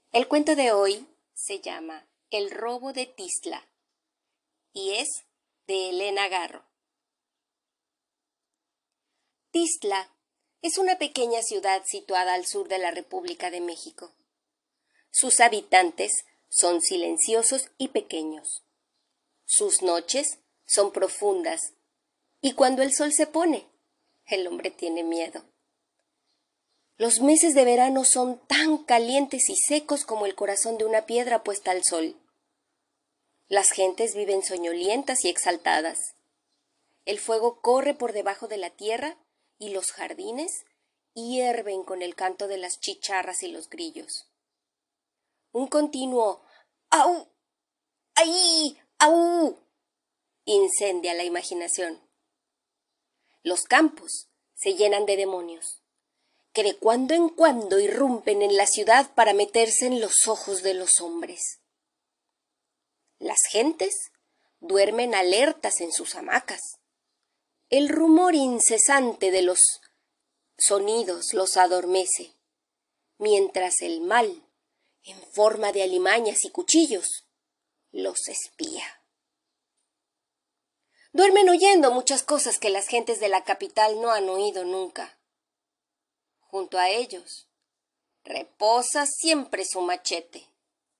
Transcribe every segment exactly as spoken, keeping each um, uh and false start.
El cuento de hoy se llama El robo de Tizla y es de Elena Garro. Tizla es una pequeña ciudad situada al sur de la República de México. Sus habitantes son silenciosos y pequeños. Sus noches son profundas y cuando el sol se pone, el hombre tiene miedo. Los meses de verano son tan calientes y secos como el corazón de una piedra puesta al sol. Las gentes viven soñolientas y exaltadas. El fuego corre por debajo de la tierra y los jardines hierven con el canto de las chicharras y los grillos. Un continuo ¡au! ¡Ahí! ¡Au! Incendia la imaginación. Los campos se llenan de demonios, que de cuando en cuando irrumpen en la ciudad para meterse en los ojos de los hombres. Las gentes duermen alertas en sus hamacas. El rumor incesante de los sonidos los adormece, mientras el mal, en forma de alimañas y cuchillos, los espía. Duermen oyendo muchas cosas que las gentes de la capital no han oído nunca. Junto a ellos reposa siempre su machete.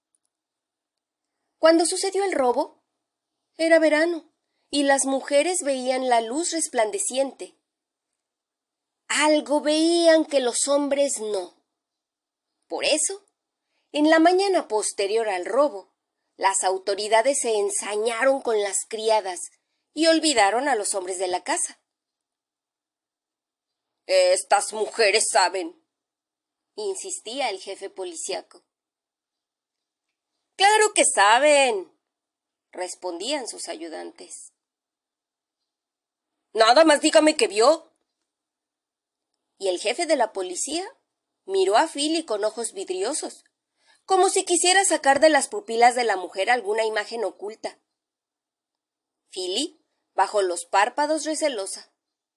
Cuando sucedió el robo, era verano y las mujeres veían la luz resplandeciente. Algo veían que los hombres no. Por eso, en la mañana posterior al robo, las autoridades se ensañaron con las criadas y olvidaron a los hombres de la casa. «Estas mujeres saben», insistía el jefe policíaco. «Claro que saben», respondían sus ayudantes. «Nada más dígame que vio». Y el jefe de la policía miró a Philly con ojos vidriosos, como si quisiera sacar de las pupilas de la mujer alguna imagen oculta. Philly bajó los párpados recelosa.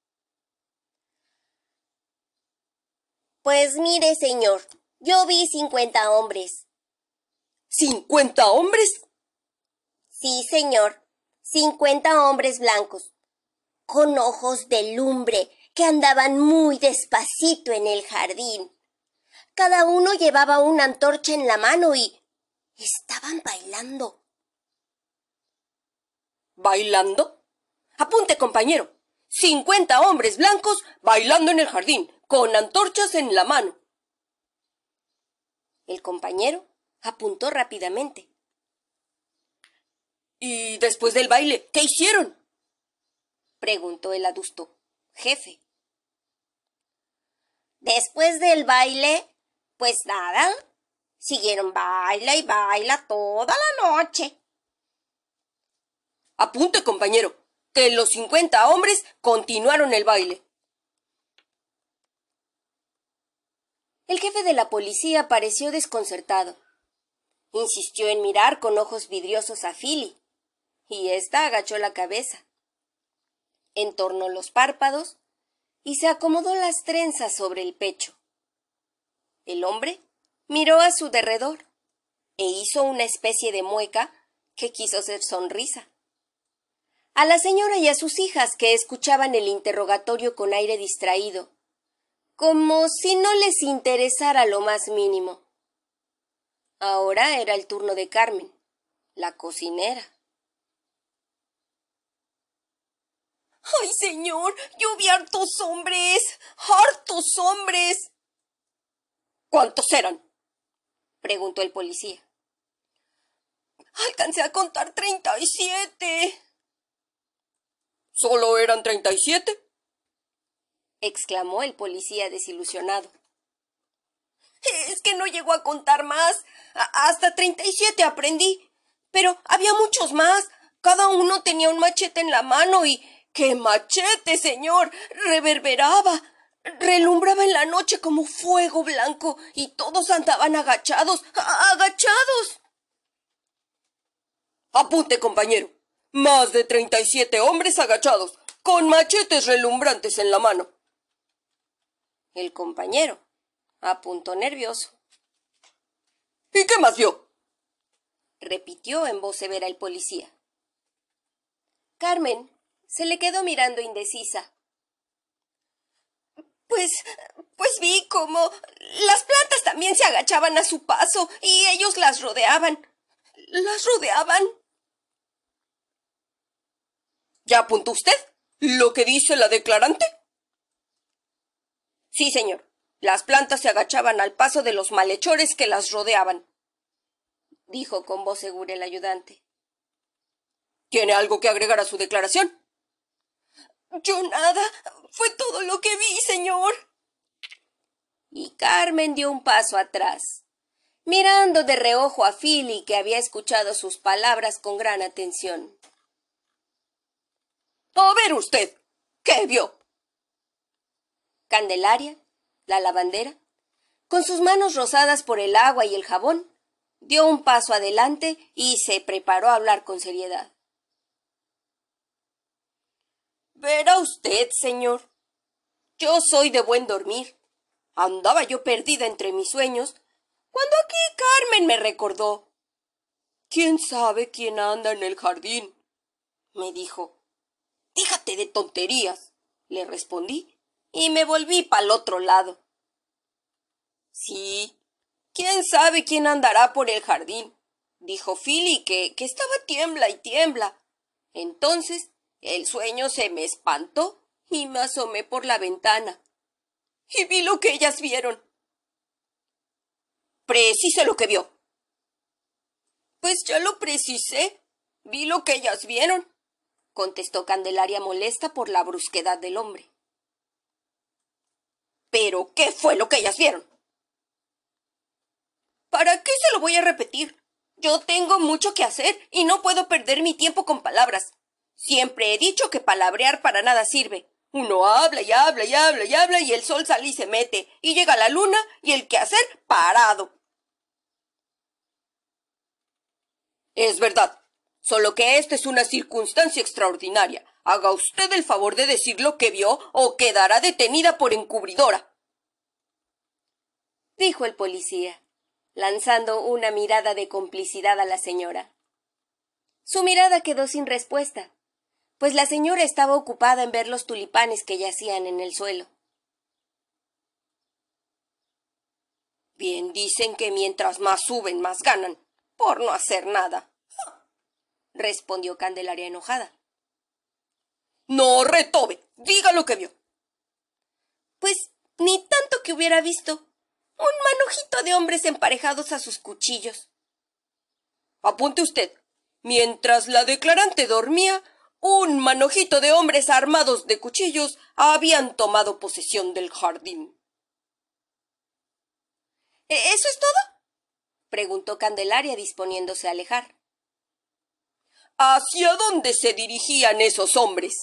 «Pues mire, señor, yo vi cincuenta hombres». «¿Cincuenta hombres?» «Sí, señor, cincuenta hombres blancos, con ojos de lumbre, que andaban muy despacito en el jardín. Cada uno llevaba una antorcha en la mano y estaban bailando». «¿Bailando? Apunte, compañero. Cincuenta hombres blancos bailando en el jardín, con antorchas en la mano». El compañero apuntó rápidamente. «¿Y después del baile, qué hicieron?», preguntó el adusto jefe. «Después del baile, pues nada, siguieron baila y baila toda la noche». «Apunte, compañero, que los cincuenta hombres continuaron el baile». El jefe de la policía pareció desconcertado. Insistió en mirar con ojos vidriosos a Philly, y ésta agachó la cabeza, entornó los párpados y se acomodó las trenzas sobre el pecho. El hombre miró a su derredor e hizo una especie de mueca que quiso ser sonrisa. A la señora y a sus hijas, que escuchaban el interrogatorio con aire distraído, como si no les interesara lo más mínimo. Ahora era el turno de Carmen, la cocinera. «¡Ay, señor! ¡Yo vi hartos hombres! ¡Hartos hombres!». «¿Cuántos eran?», preguntó el policía. «Alcancé a contar treinta y siete». «¿Solo eran treinta y siete?», exclamó el policía desilusionado. «Es que no llegó a contar más. A- hasta treinta y siete aprendí. Pero había muchos más. Cada uno tenía un machete en la mano y... ¡qué machete, señor! Reverberaba, relumbraba en la noche como fuego blanco y todos andaban agachados, agachados». «Apunte, compañero. Más de treinta y siete hombres agachados, con machetes relumbrantes en la mano». El compañero apuntó nervioso. ¿Y qué más vio?, repitió en voz severa el policía. Carmen se le quedó mirando indecisa. Pues, pues vi cómo las plantas también se agachaban a su paso y ellos las rodeaban. Las rodeaban. ¿Ya apuntó usted lo que dice la declarante? Sí, señor. Las plantas se agachaban al paso de los malhechores que las rodeaban, dijo con voz segura el ayudante. ¿Tiene algo que agregar a su declaración? Yo nada. Fue todo lo que vi, señor. Y Carmen dio un paso atrás, mirando de reojo a Philly, que había escuchado sus palabras con gran atención. A ver usted, ¿qué vio? Candelaria, la lavandera, con sus manos rosadas por el agua y el jabón, dio un paso adelante y se preparó a hablar con seriedad. Verá usted, señor, yo soy de buen dormir. Andaba yo perdida entre mis sueños, cuando aquí Carmen me recordó. ¿Quién sabe quién anda en el jardín?, me dijo. Déjate de tonterías, le respondí, y me volví pa'l otro lado. Sí, quién sabe quién andará por el jardín, dijo Philly, que, que estaba tiembla y tiembla. Entonces el sueño se me espantó y me asomé por la ventana. Y vi lo que ellas vieron. Precise lo que vio. Pues ya lo precisé. Vi lo que ellas vieron, contestó Candelaria, molesta por la brusquedad del hombre. ¿Pero qué fue lo que ellas vieron? ¿Para qué se lo voy a repetir? Yo tengo mucho que hacer y no puedo perder mi tiempo con palabras. Siempre he dicho que palabrear para nada sirve. Uno habla y habla y habla y habla y el sol sale y se mete, y llega la luna y el quehacer parado. Es verdad, solo que esta es una circunstancia extraordinaria. Haga usted el favor de decir lo que vio o quedará detenida por encubridora, dijo el policía, lanzando una mirada de complicidad a la señora. Su mirada quedó sin respuesta, pues la señora estaba ocupada en ver los tulipanes que yacían en el suelo. Bien dicen que mientras más suben, más ganan, por no hacer nada, respondió Candelaria enojada. No retobe, diga lo que vio. Pues ni tanto que hubiera visto. Un manojito de hombres emparejados a sus cuchillos. Apunte usted. Mientras la declarante dormía, un manojito de hombres armados de cuchillos habían tomado posesión del jardín. ¿Eso es todo?, preguntó Candelaria, disponiéndose a alejar. ¿Hacia dónde se dirigían esos hombres?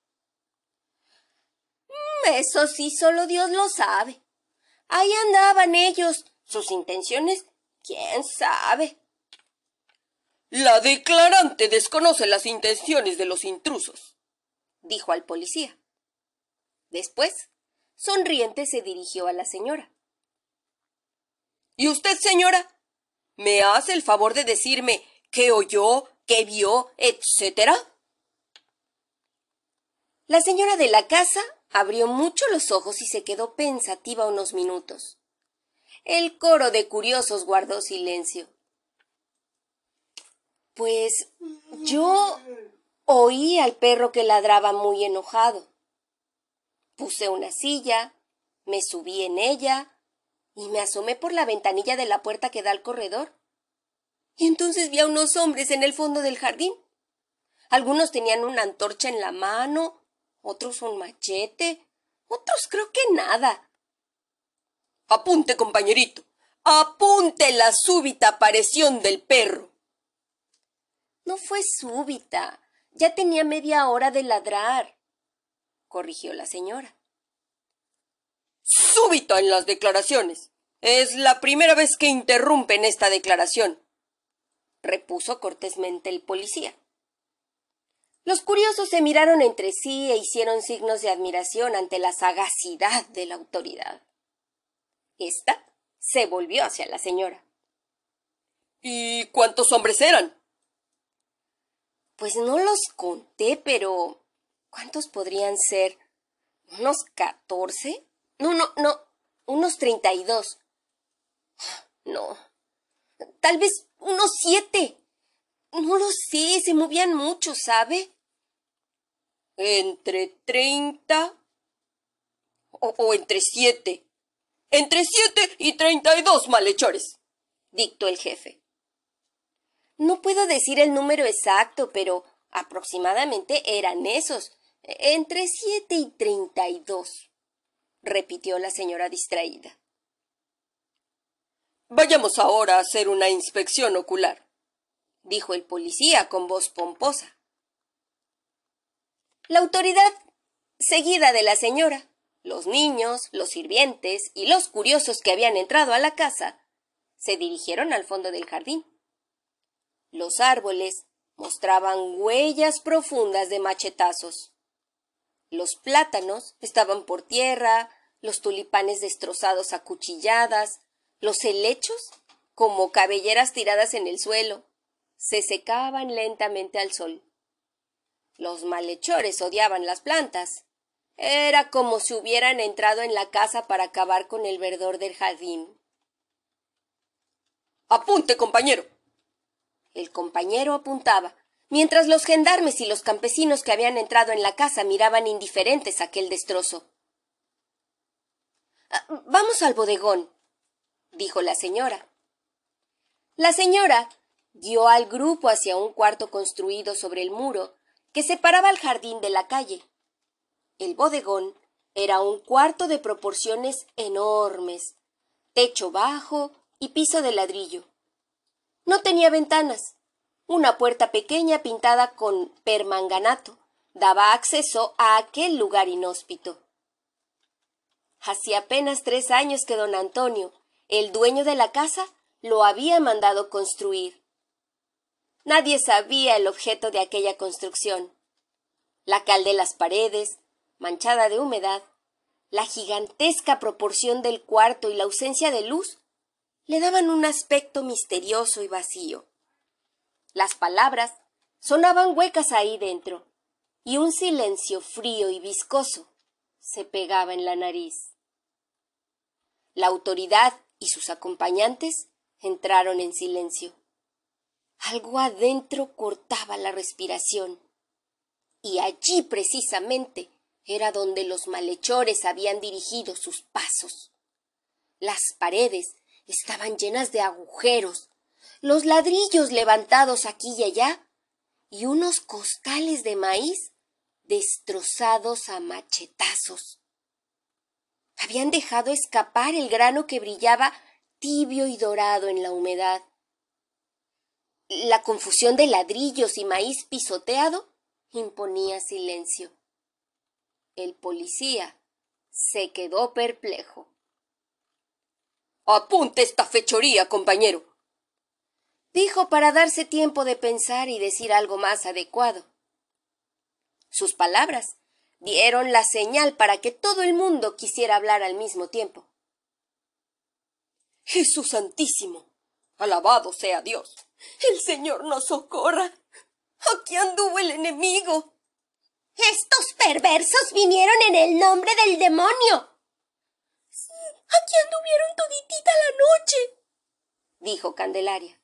Eso sí, solo Dios lo sabe. Ahí andaban ellos. Sus intenciones, quién sabe. La declarante desconoce las intenciones de los intrusos, dijo al policía. Después, sonriente, se dirigió a la señora. ¿Y usted, señora? ¿Me hace el favor de decirme qué oyó, qué vio, etcétera? La señora de la casa abrió mucho los ojos y se quedó pensativa unos minutos. El coro de curiosos guardó silencio. Pues yo oí al perro que ladraba muy enojado. Puse una silla, me subí en ella y me asomé por la ventanilla de la puerta que da al corredor. Y entonces vi a unos hombres en el fondo del jardín. Algunos tenían una antorcha en la mano, otros un machete, otros creo que nada. Apunte, compañerito, apunte la súbita aparición del perro. No fue súbita, ya tenía media hora de ladrar, corrigió la señora. Súbita en las declaraciones. Es la primera vez que interrumpen esta declaración, repuso cortésmente el policía. Los curiosos se miraron entre sí e hicieron signos de admiración ante la sagacidad de la autoridad. Esta se volvió hacia la señora. ¿Y cuántos hombres eran? Pues no los conté, pero ¿cuántos podrían ser? ¿Unos catorce? No, no, no, unos treinta y dos. No, tal vez unos siete. No lo sé, se movían mucho, ¿sabe? ¿Entre treinta o, o entre siete? Entre siete y treinta y dos malhechores, dictó el jefe. No puedo decir el número exacto, pero aproximadamente eran esos, entre siete y treinta y dos, repitió la señora distraída. Vayamos ahora a hacer una inspección ocular, dijo el policía con voz pomposa. La autoridad, seguida de la señora, los niños, los sirvientes y los curiosos que habían entrado a la casa, se dirigieron al fondo del jardín. Los árboles mostraban huellas profundas de machetazos. Los plátanos estaban por tierra, los tulipanes destrozados a cuchilladas, los helechos, como cabelleras tiradas en el suelo, se secaban lentamente al sol. Los malhechores odiaban las plantas. Era como si hubieran entrado en la casa para acabar con el verdor del jardín. ¡Apunte, compañero! El compañero apuntaba, mientras los gendarmes y los campesinos que habían entrado en la casa miraban indiferentes aquel destrozo. «Vamos al bodegón», dijo la señora. La señora guió al grupo hacia un cuarto construido sobre el muro que separaba el jardín de la calle. El bodegón era un cuarto de proporciones enormes, techo bajo y piso de ladrillo. No tenía ventanas. Una puerta pequeña pintada con permanganato daba acceso a aquel lugar inhóspito. Hacía apenas tres años que don Antonio, el dueño de la casa, lo había mandado construir. Nadie sabía el objeto de aquella construcción. La cal de las paredes, manchada de humedad, la gigantesca proporción del cuarto y la ausencia de luz le daban un aspecto misterioso y vacío. Las palabras sonaban huecas ahí dentro, y un silencio frío y viscoso se pegaba en la nariz. La autoridad y sus acompañantes entraron en silencio. Algo adentro cortaba la respiración, y allí precisamente era donde los malhechores habían dirigido sus pasos. Las paredes estaban llenas de agujeros, los ladrillos levantados aquí y allá, y unos costales de maíz destrozados a machetazos. Habían dejado escapar el grano que brillaba tibio y dorado en la humedad. La confusión de ladrillos y maíz pisoteado imponía silencio. El policía se quedó perplejo. «Apunte esta fechoría, compañero», dijo para darse tiempo de pensar y decir algo más adecuado. Sus palabras dieron la señal para que todo el mundo quisiera hablar al mismo tiempo. «Jesús Santísimo, alabado sea Dios, el Señor nos socorra. Aquí anduvo el enemigo». «Estos perversos vinieron en el nombre del demonio». «Sí, aquí anduvieron toditita la noche», dijo Candelaria.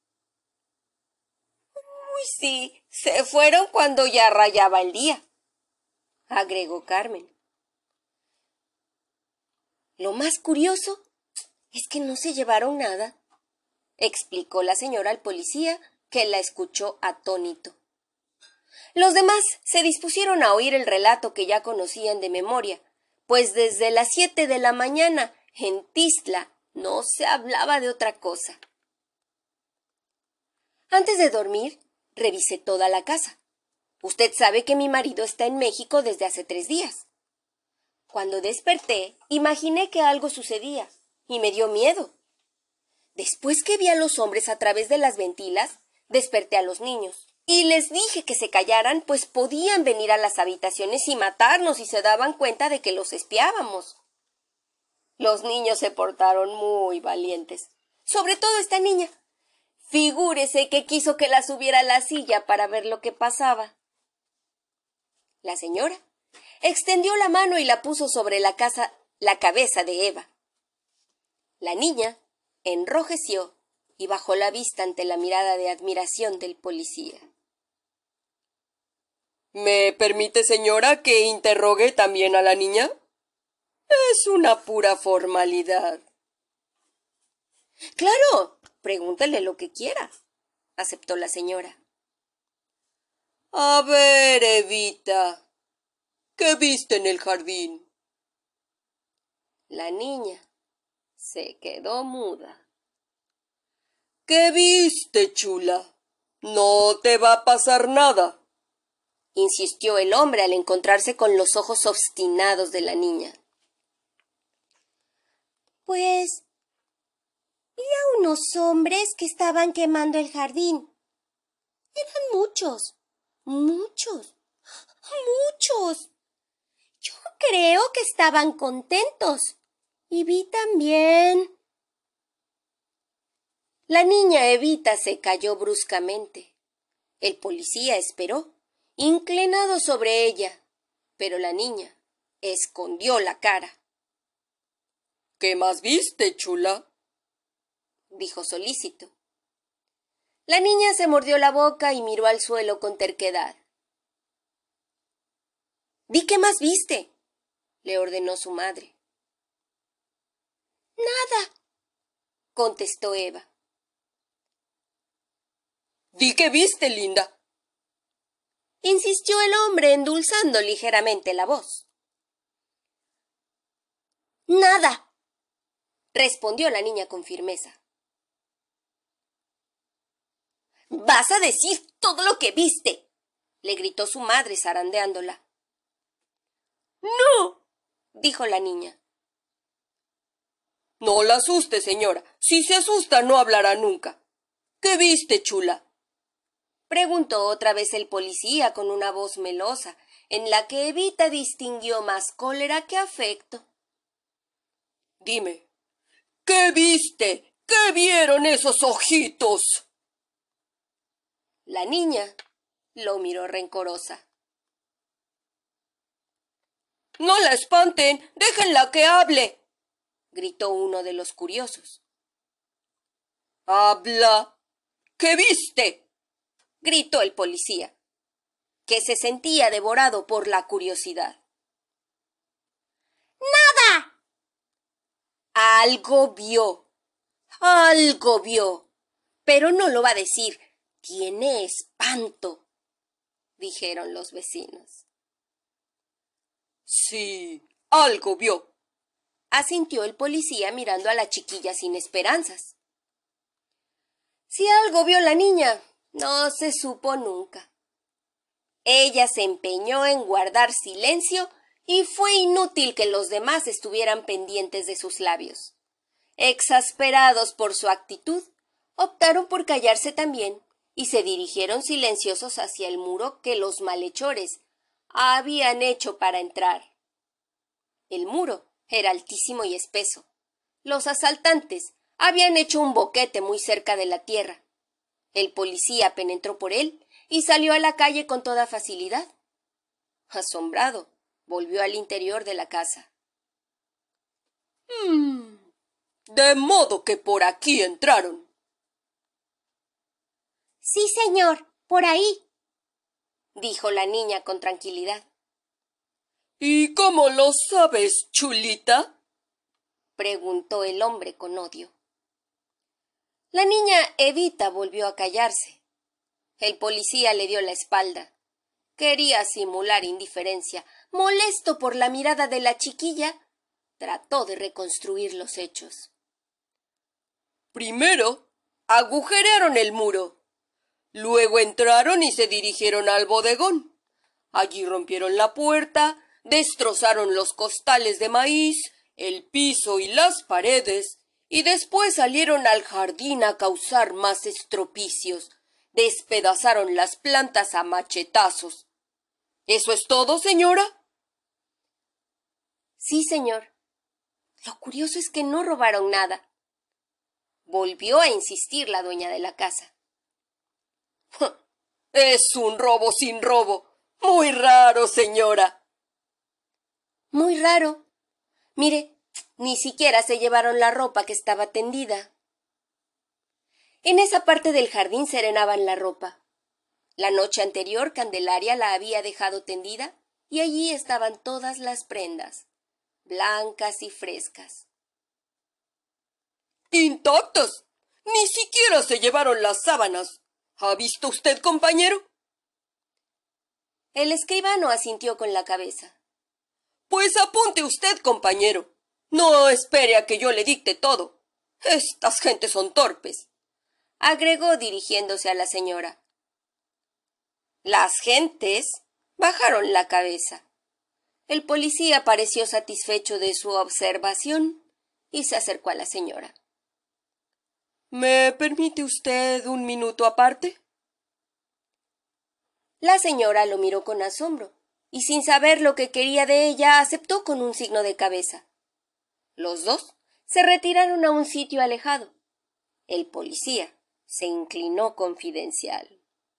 «Uy, sí, se fueron cuando ya rayaba el día», agregó Carmen. «Lo más curioso es que no se llevaron nada», explicó la señora al policía, que la escuchó atónito. Los demás se dispusieron a oír el relato que ya conocían de memoria, pues desde las siete de la mañana en Tistla no se hablaba de otra cosa. Antes de dormir, revisé toda la casa. Usted sabe que mi marido está en México desde hace tres días. Cuando desperté, imaginé que algo sucedía y me dio miedo. Después que vi a los hombres a través de las ventilas, desperté a los niños y les dije que se callaran, pues podían venir a las habitaciones y matarnos si se daban cuenta de que los espiábamos. Los niños se portaron muy valientes, sobre todo esta niña. Figúrese que quiso que la subiera a la silla para ver lo que pasaba. La señora extendió la mano y la puso sobre la, casa, la cabeza de Eva. La niña enrojeció y bajó la vista ante la mirada de admiración del policía. ¿Me permite, señora, que interrogue también a la niña? Es una pura formalidad. Claro, pregúntele lo que quiera, aceptó la señora. A ver, Evita, ¿qué viste en el jardín? La niña se quedó muda. ¿Qué viste, chula? No te va a pasar nada, insistió el hombre al encontrarse con los ojos obstinados de la niña. Pues vi a unos hombres que estaban quemando el jardín. Eran muchos, muchos, muchos. Yo creo que estaban contentos. Y vi también. La niña Evita se cayó bruscamente. El policía esperó, inclinado sobre ella, pero la niña escondió la cara. ¿Qué más viste, chula?, dijo solícito. La niña se mordió la boca y miró al suelo con terquedad. —¿Di qué más viste? —le ordenó su madre. —Nada —contestó Eva. —¿Di qué viste, linda? —insistió el hombre endulzando ligeramente la voz. —Nada —respondió la niña con firmeza. —Vas a decir todo lo que viste —le gritó su madre zarandeándola. —No —dijo la niña. No la asuste, señora. Si se asusta, no hablará nunca. ¿Qué viste, chula? Preguntó otra vez el policía con una voz melosa, en la que Evita distinguió más cólera que afecto. Dime, ¿qué viste? ¿Qué vieron esos ojitos? La niña lo miró rencorosa. No la espanten, déjenla que hable, gritó uno de los curiosos. ¡Habla! ¿Qué viste?, gritó el policía, que se sentía devorado por la curiosidad. ¡Nada! Algo vio, algo vio, pero no lo va a decir. Tiene espanto, dijeron los vecinos. Sí, algo vio, asintió el policía mirando a la chiquilla sin esperanzas. Si algo vio la niña, no se supo nunca. Ella se empeñó en guardar silencio y fue inútil que los demás estuvieran pendientes de sus labios. Exasperados por su actitud, optaron por callarse también y se dirigieron silenciosos hacia el muro que los malhechores habían hecho para entrar. El muro era altísimo y espeso. Los asaltantes habían hecho un boquete muy cerca de la tierra. El policía penetró por él y salió a la calle con toda facilidad. Asombrado, volvió al interior de la casa. Hmm, de modo que por aquí entraron. Sí, señor, por ahí, dijo la niña con tranquilidad. ¿Y cómo lo sabes, chulita?, preguntó el hombre con odio. La niña Evita volvió a callarse. El policía le dio la espalda. Quería simular indiferencia. Molesto por la mirada de la chiquilla, trató de reconstruir los hechos. Primero, agujerearon el muro. Luego entraron y se dirigieron al bodegón. Allí rompieron la puerta, destrozaron los costales de maíz, el piso y las paredes, y después salieron al jardín a causar más estropicios. Despedazaron las plantas a machetazos. ¿Eso es todo, señora? Sí, señor. Lo curioso es que no robaron nada. volvió a insistir la dueña de la casa. Es un robo sin robo. Muy raro, señora. Muy raro. Mire, ni siquiera se llevaron la ropa que estaba tendida. En esa parte del jardín serenaban la ropa. La noche anterior Candelaria la había dejado tendida y allí estaban todas las prendas, blancas y frescas. ¡Intactas! Ni siquiera se llevaron las sábanas. ¿Ha visto usted, compañero? El escribano asintió con la cabeza. Pues apunte usted, compañero. No espere a que yo le dicte todo. Estas gentes son torpes, agregó dirigiéndose a la señora. Las gentes bajaron la cabeza. El policía pareció satisfecho de su observación y se acercó a la señora. ¿Me permite usted un minuto aparte? La señora lo miró con asombro y, sin saber lo que quería de ella, aceptó con un signo de cabeza. Los dos se retiraron a un sitio alejado. El policía se inclinó confidencial.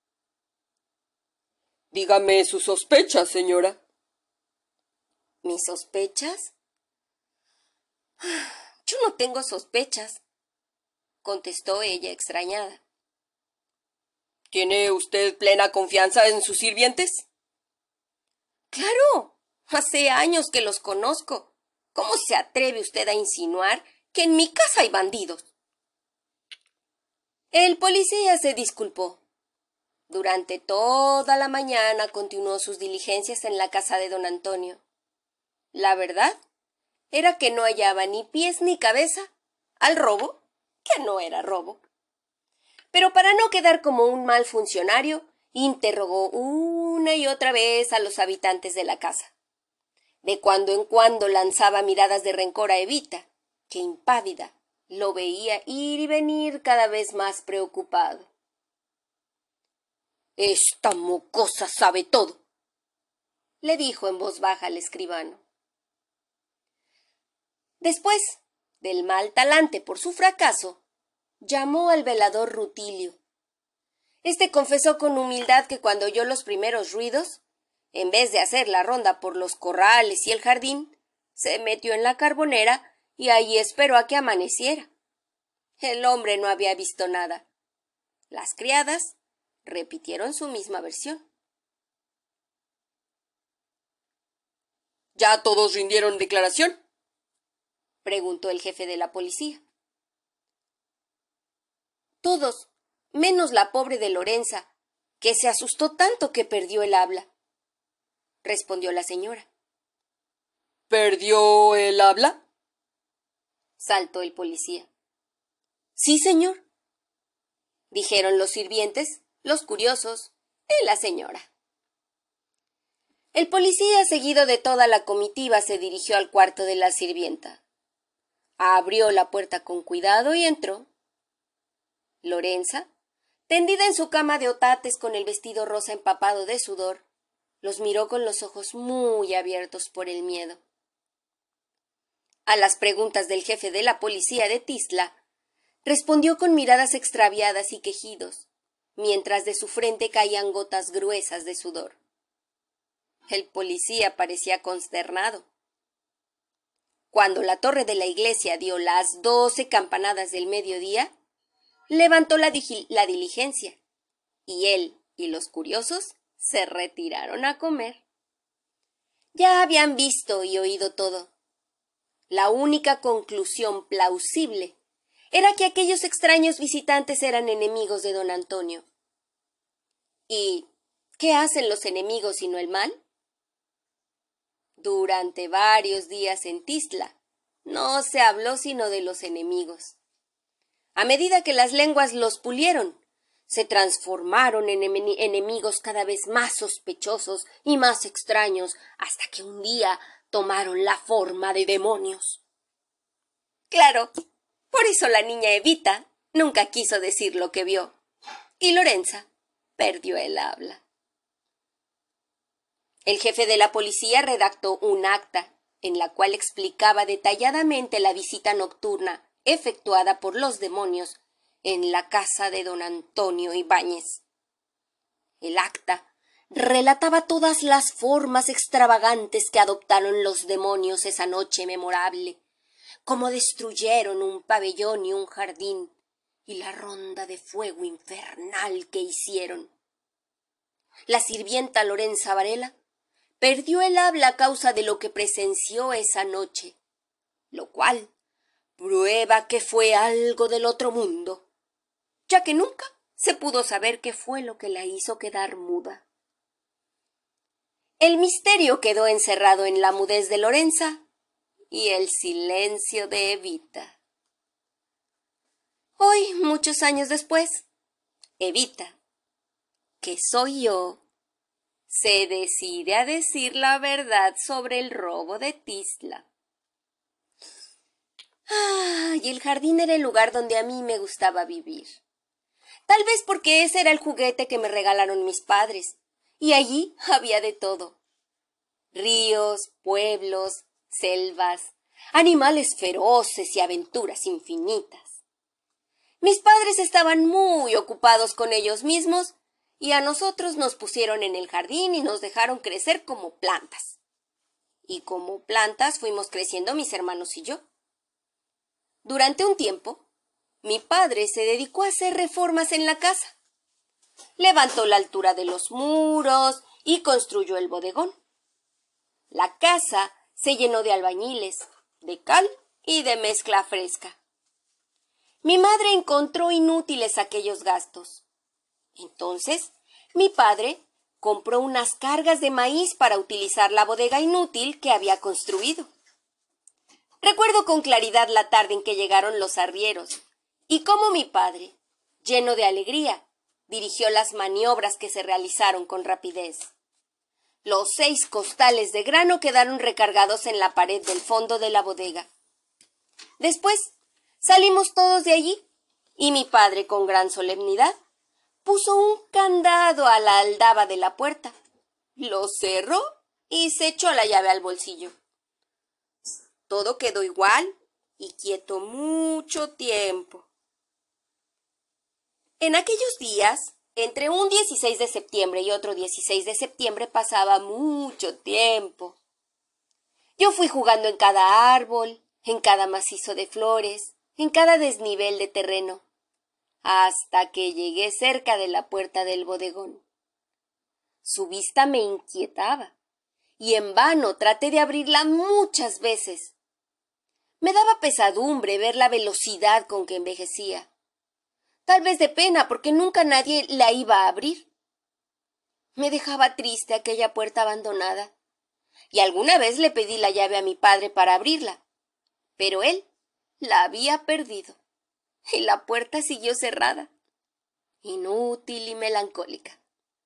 Dígame sus sospechas, señora. ¿Mis sospechas? Yo no tengo sospechas, contestó ella extrañada. ¿Tiene usted plena confianza en sus sirvientes? Claro, hace años que los conozco. ¿Cómo se atreve usted a insinuar que en mi casa hay bandidos? El policía se disculpó. Durante toda la mañana continuó sus diligencias en la casa de don Antonio. La verdad era que no hallaba ni pies ni cabeza al robo, que no era robo. Pero para no quedar como un mal funcionario, interrogó una y otra vez a los habitantes de la casa. De cuando en cuando lanzaba miradas de rencor a Evita, que impávida lo veía ir y venir cada vez más preocupado. «Esta mocosa sabe todo», le dijo en voz baja al escribano. Después del mal talante por su fracaso, llamó al velador Rutilio. Este confesó con humildad que cuando oyó los primeros ruidos, en vez de hacer la ronda por los corrales y el jardín, se metió en la carbonera y allí esperó a que amaneciera. El hombre no había visto nada. Las criadas repitieron su misma versión. ¿Ya todos rindieron declaración?, preguntó el jefe de la policía. Todos, menos la pobre de Lorenza, que se asustó tanto que perdió el habla, respondió la señora. ¿Perdió el habla?, saltó el policía. Sí, señor, dijeron los sirvientes, los curiosos y la señora. El policía, seguido de toda la comitiva, se dirigió al cuarto de la sirvienta. Abrió la puerta con cuidado y entró. Lorenza, tendida en su cama de otates con el vestido rosa empapado de sudor, los miró con los ojos muy abiertos por el miedo. A las preguntas del jefe de la policía de Tizla, respondió con miradas extraviadas y quejidos, mientras de su frente caían gotas gruesas de sudor. El policía parecía consternado. Cuando la torre de la iglesia dio las doce campanadas del mediodía, levantó la, la diligencia, y él y los curiosos se retiraron a comer. Ya habían visto y oído todo. La única conclusión plausible era que aquellos extraños visitantes eran enemigos de don Antonio. ¿Y qué hacen los enemigos sino el mal? Durante varios días en Tizla no se habló sino de los enemigos. A medida que las lenguas los pulieron, se transformaron en enemigos cada vez más sospechosos y más extraños, hasta que un día tomaron la forma de demonios. Claro, por eso la niña Evita nunca quiso decir lo que vio, y Lorenza perdió el habla. El jefe de la policía redactó un acta en la cual explicaba detalladamente la visita nocturna efectuada por los demonios en la casa de don Antonio Ibáñez. El acta relataba todas las formas extravagantes que adoptaron los demonios esa noche memorable, cómo destruyeron un pabellón y un jardín, y la ronda de fuego infernal que hicieron. La sirvienta Lorenza Varela perdió el habla a causa de lo que presenció esa noche, lo cual prueba que fue algo del otro mundo, ya que nunca se pudo saber qué fue lo que la hizo quedar muda. El misterio quedó encerrado en la mudez de Lorenza y el silencio de Evita. Hoy, muchos años después, Evita, que soy yo, se decide a decir la verdad sobre el robo de Tizla. Ah, y el jardín era el lugar donde a mí me gustaba vivir. Tal vez porque ese era el juguete que me regalaron mis padres, y allí había de todo. Ríos, pueblos, selvas, animales feroces y aventuras infinitas. Mis padres estaban muy ocupados con ellos mismos y a nosotros nos pusieron en el jardín y nos dejaron crecer como plantas. Y como plantas fuimos creciendo mis hermanos y yo. Durante un tiempo, mi padre se dedicó a hacer reformas en la casa. Levantó la altura de los muros y construyó el bodegón. La casa se llenó de albañiles, de cal y de mezcla fresca. Mi madre encontró inútiles aquellos gastos. Entonces, mi padre compró unas cargas de maíz para utilizar la bodega inútil que había construido. Recuerdo con claridad la tarde en que llegaron los arrieros y cómo mi padre, lleno de alegría, dirigió las maniobras que se realizaron con rapidez. Los seis costales de grano quedaron recargados en la pared del fondo de la bodega. Después salimos todos de allí y mi padre, con gran solemnidad, puso un candado a la aldaba de la puerta, lo cerró y se echó la llave al bolsillo. Todo quedó igual y quieto mucho tiempo. En aquellos días, entre un dieciséis de septiembre y otro dieciséis de septiembre pasaba mucho tiempo. Yo fui jugando en cada árbol, en cada macizo de flores, en cada desnivel de terreno, hasta que llegué cerca de la puerta del bodegón. Su vista me inquietaba, y en vano traté de abrirla muchas veces. Me daba pesadumbre ver la velocidad con que envejecía. Tal vez de pena, porque nunca nadie la iba a abrir. Me dejaba triste aquella puerta abandonada, y alguna vez le pedí la llave a mi padre para abrirla, pero él la había perdido, y la puerta siguió cerrada, inútil y melancólica.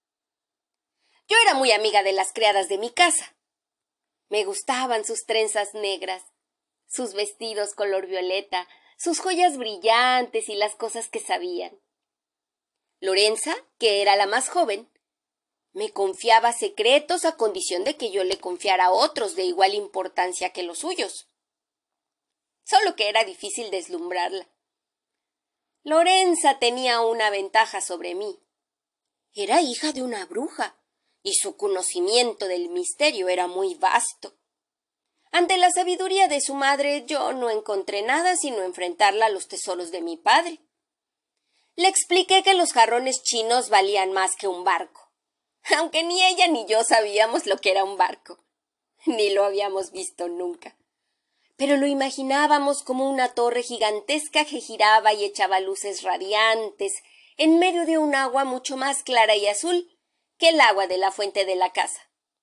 Yo era muy amiga de las criadas de mi casa. Me gustaban sus trenzas negras, sus vestidos color violeta, sus joyas brillantes y las cosas que sabían. Lorenza, que era la más joven, me confiaba secretos a condición de que yo le confiara otros de igual importancia que los suyos. Solo que era difícil deslumbrarla. Lorenza tenía una ventaja sobre mí. Era hija de una bruja, y su conocimiento del misterio era muy vasto. Ante la sabiduría de su madre yo no encontré nada sino enfrentarla a los tesoros de mi padre. Le expliqué que los jarrones chinos valían más que un barco, aunque ni ella ni yo sabíamos lo que era un barco, ni lo habíamos visto nunca. Pero lo imaginábamos como una torre gigantesca que giraba y echaba luces radiantes en medio de un agua mucho más clara y azul que el agua de la fuente de la casa.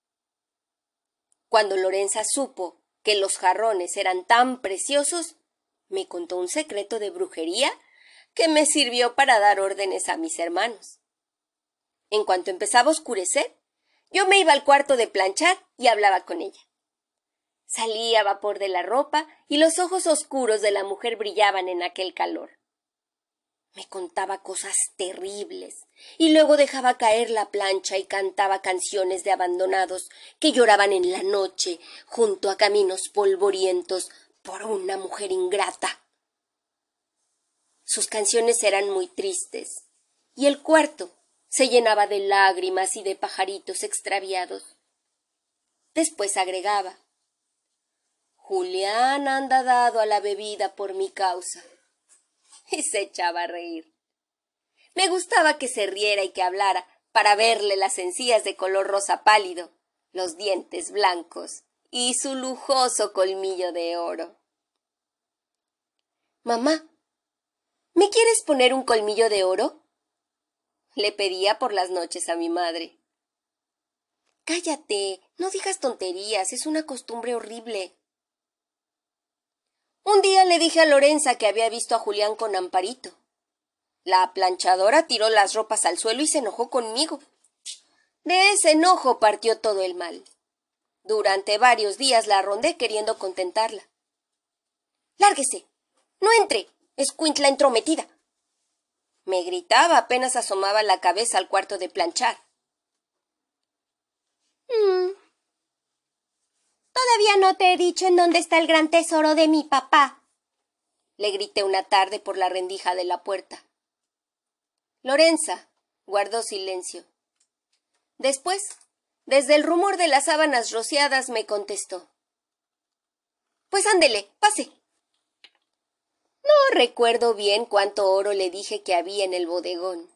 Cuando Lorenza supo que los jarrones eran tan preciosos, me contó un secreto de brujería que me sirvió para dar órdenes a mis hermanos. En cuanto empezaba a oscurecer, yo me iba al cuarto de planchar y hablaba con ella. Salía vapor de la ropa y los ojos oscuros de la mujer brillaban en aquel calor. Me contaba cosas terribles y luego dejaba caer la plancha y cantaba canciones de abandonados que lloraban en la noche junto a caminos polvorientos por una mujer ingrata. Sus canciones eran muy tristes, y el cuarto se llenaba de lágrimas y de pajaritos extraviados. Después agregaba: Julián anda dado a la bebida por mi causa. Y se echaba a reír. Me gustaba que se riera y que hablara, para verle las encías de color rosa pálido, los dientes blancos y su lujoso colmillo de oro. Mamá, ¿me quieres poner un colmillo de oro?, le pedía por las noches a mi madre. Cállate, no digas tonterías, es una costumbre horrible. Un día le dije a Lorenza que había visto a Julián con Amparito. La planchadora tiró las ropas al suelo y se enojó conmigo. De ese enojo partió todo el mal. Durante varios días la rondé queriendo contentarla. ¡Lárguese! ¡No entre! ¡Escuintla entrometida!, me gritaba apenas asomaba la cabeza al cuarto de planchar. Mm. Todavía no te he dicho en dónde está el gran tesoro de mi papá, le grité una tarde por la rendija de la puerta. Lorenza guardó silencio. Después, desde el rumor de las sábanas rociadas, me contestó: Pues ándele, pase. No recuerdo bien cuánto oro le dije que había en el bodegón.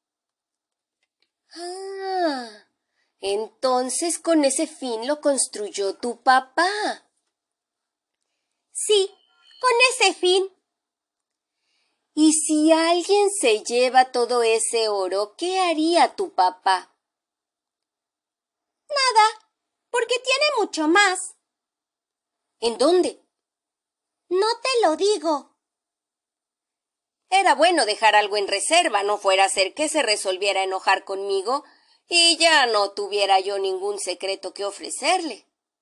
Ah, entonces con ese fin lo construyó tu papá. Sí, con ese fin. Y si alguien se lleva todo ese oro, ¿qué haría tu papá? Nada, porque tiene mucho más. ¿En dónde? No te lo digo. Era bueno dejar algo en reserva, no fuera a ser que se resolviera a enojar conmigo y ya no tuviera yo ningún secreto que ofrecerle.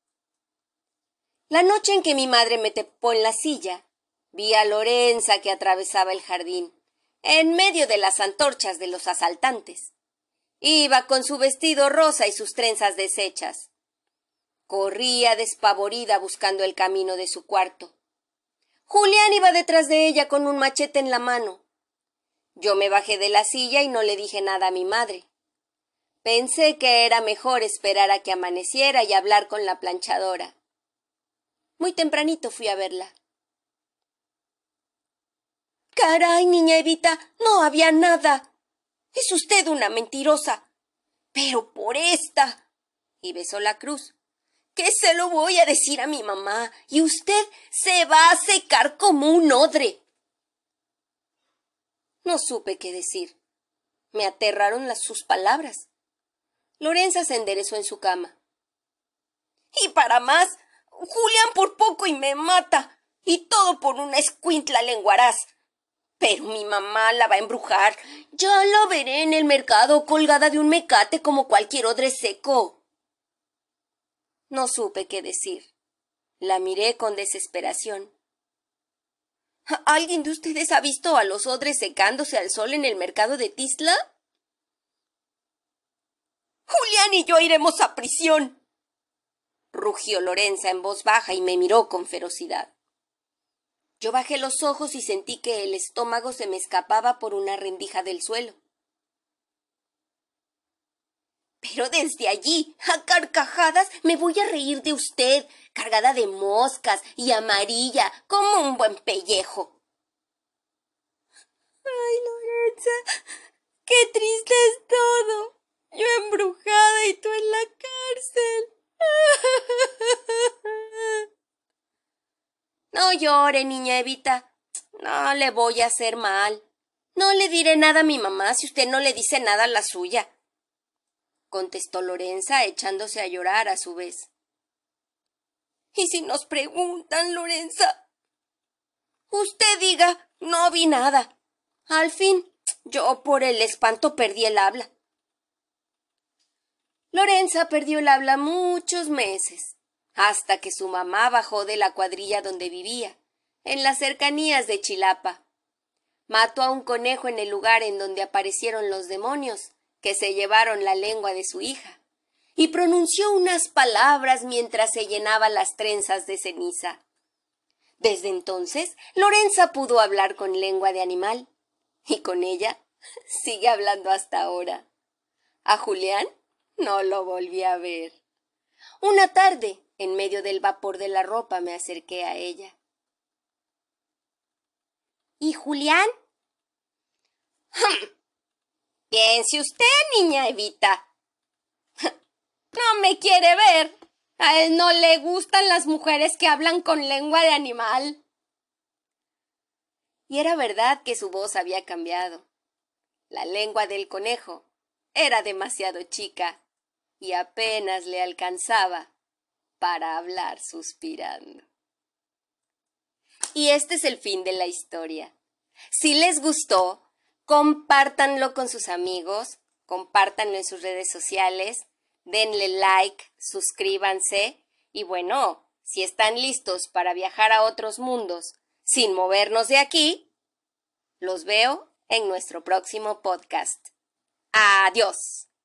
La noche en que mi madre me tepó en la silla, vi a Lorenza que atravesaba el jardín, en medio de las antorchas de los asaltantes. Iba con su vestido rosa y sus trenzas deshechas. Corría despavorida buscando el camino de su cuarto. Julián iba detrás de ella con un machete en la mano. Yo me bajé de la silla y no le dije nada a mi madre. Pensé que era mejor esperar a que amaneciera y hablar con la planchadora. Muy tempranito fui a verla. ¡Caray, niña Evita! ¡No había nada! ¡Es usted una mentirosa! ¡Pero por esta! Y besó la cruz. ¿Qué se lo voy a decir a mi mamá? Y usted se va a secar como un odre. No supe qué decir. Me aterraron las, sus palabras. Lorenza se enderezó en su cama. Y para más, Julián por poco y me mata. Y todo por una escuintla lenguaraz. Pero mi mamá la va a embrujar. Ya la veré en el mercado colgada de un mecate como cualquier odre seco. No supe qué decir. La miré con desesperación. ¿Alguien de ustedes ha visto a los odres secándose al sol en el mercado de Tizla? Julián y yo iremos a prisión, rugió Lorenza en voz baja y me miró con ferocidad. Yo bajé los ojos y sentí que el estómago se me escapaba por una rendija del suelo. Pero desde allí, a carcajadas, me voy a reír de usted, cargada de moscas y amarilla, como un buen pellejo. Ay, Lorenza, qué triste es todo. Yo embrujada y tú en la cárcel. No llore, niña Evita. No le voy a hacer mal. No le diré nada a mi mamá si usted no le dice nada a la suya, contestó Lorenza, echándose a llorar a su vez. ¿Y si nos preguntan, Lorenza? Usted diga, no vi nada. Al fin, yo por el espanto perdí el habla. Lorenza perdió el habla muchos meses, hasta que su mamá bajó de la cuadrilla donde vivía, en las cercanías de Chilapa. Mató a un conejo en el lugar en donde aparecieron los demonios, que se llevaron la lengua de su hija, y pronunció unas palabras mientras se llenaba las trenzas de ceniza. Desde entonces, Lorenza pudo hablar con lengua de animal. y con ella sigue hablando hasta ahora. A Julián no lo volví a ver. Una tarde, en medio del vapor de la ropa, me acerqué a ella. ¿Y Julián? Piense usted, niña Evita. No me quiere ver. A él no le gustan las mujeres que hablan con lengua de animal. Y era verdad que su voz había cambiado. La lengua del conejo era demasiado chica y apenas le alcanzaba para hablar suspirando. Y este es el fin de la historia. Si les gustó, compártanlo con sus amigos, compártanlo en sus redes sociales, denle like, suscríbanse y bueno, si están listos para viajar a otros mundos sin movernos de aquí, los veo en nuestro próximo podcast. ¡Adiós!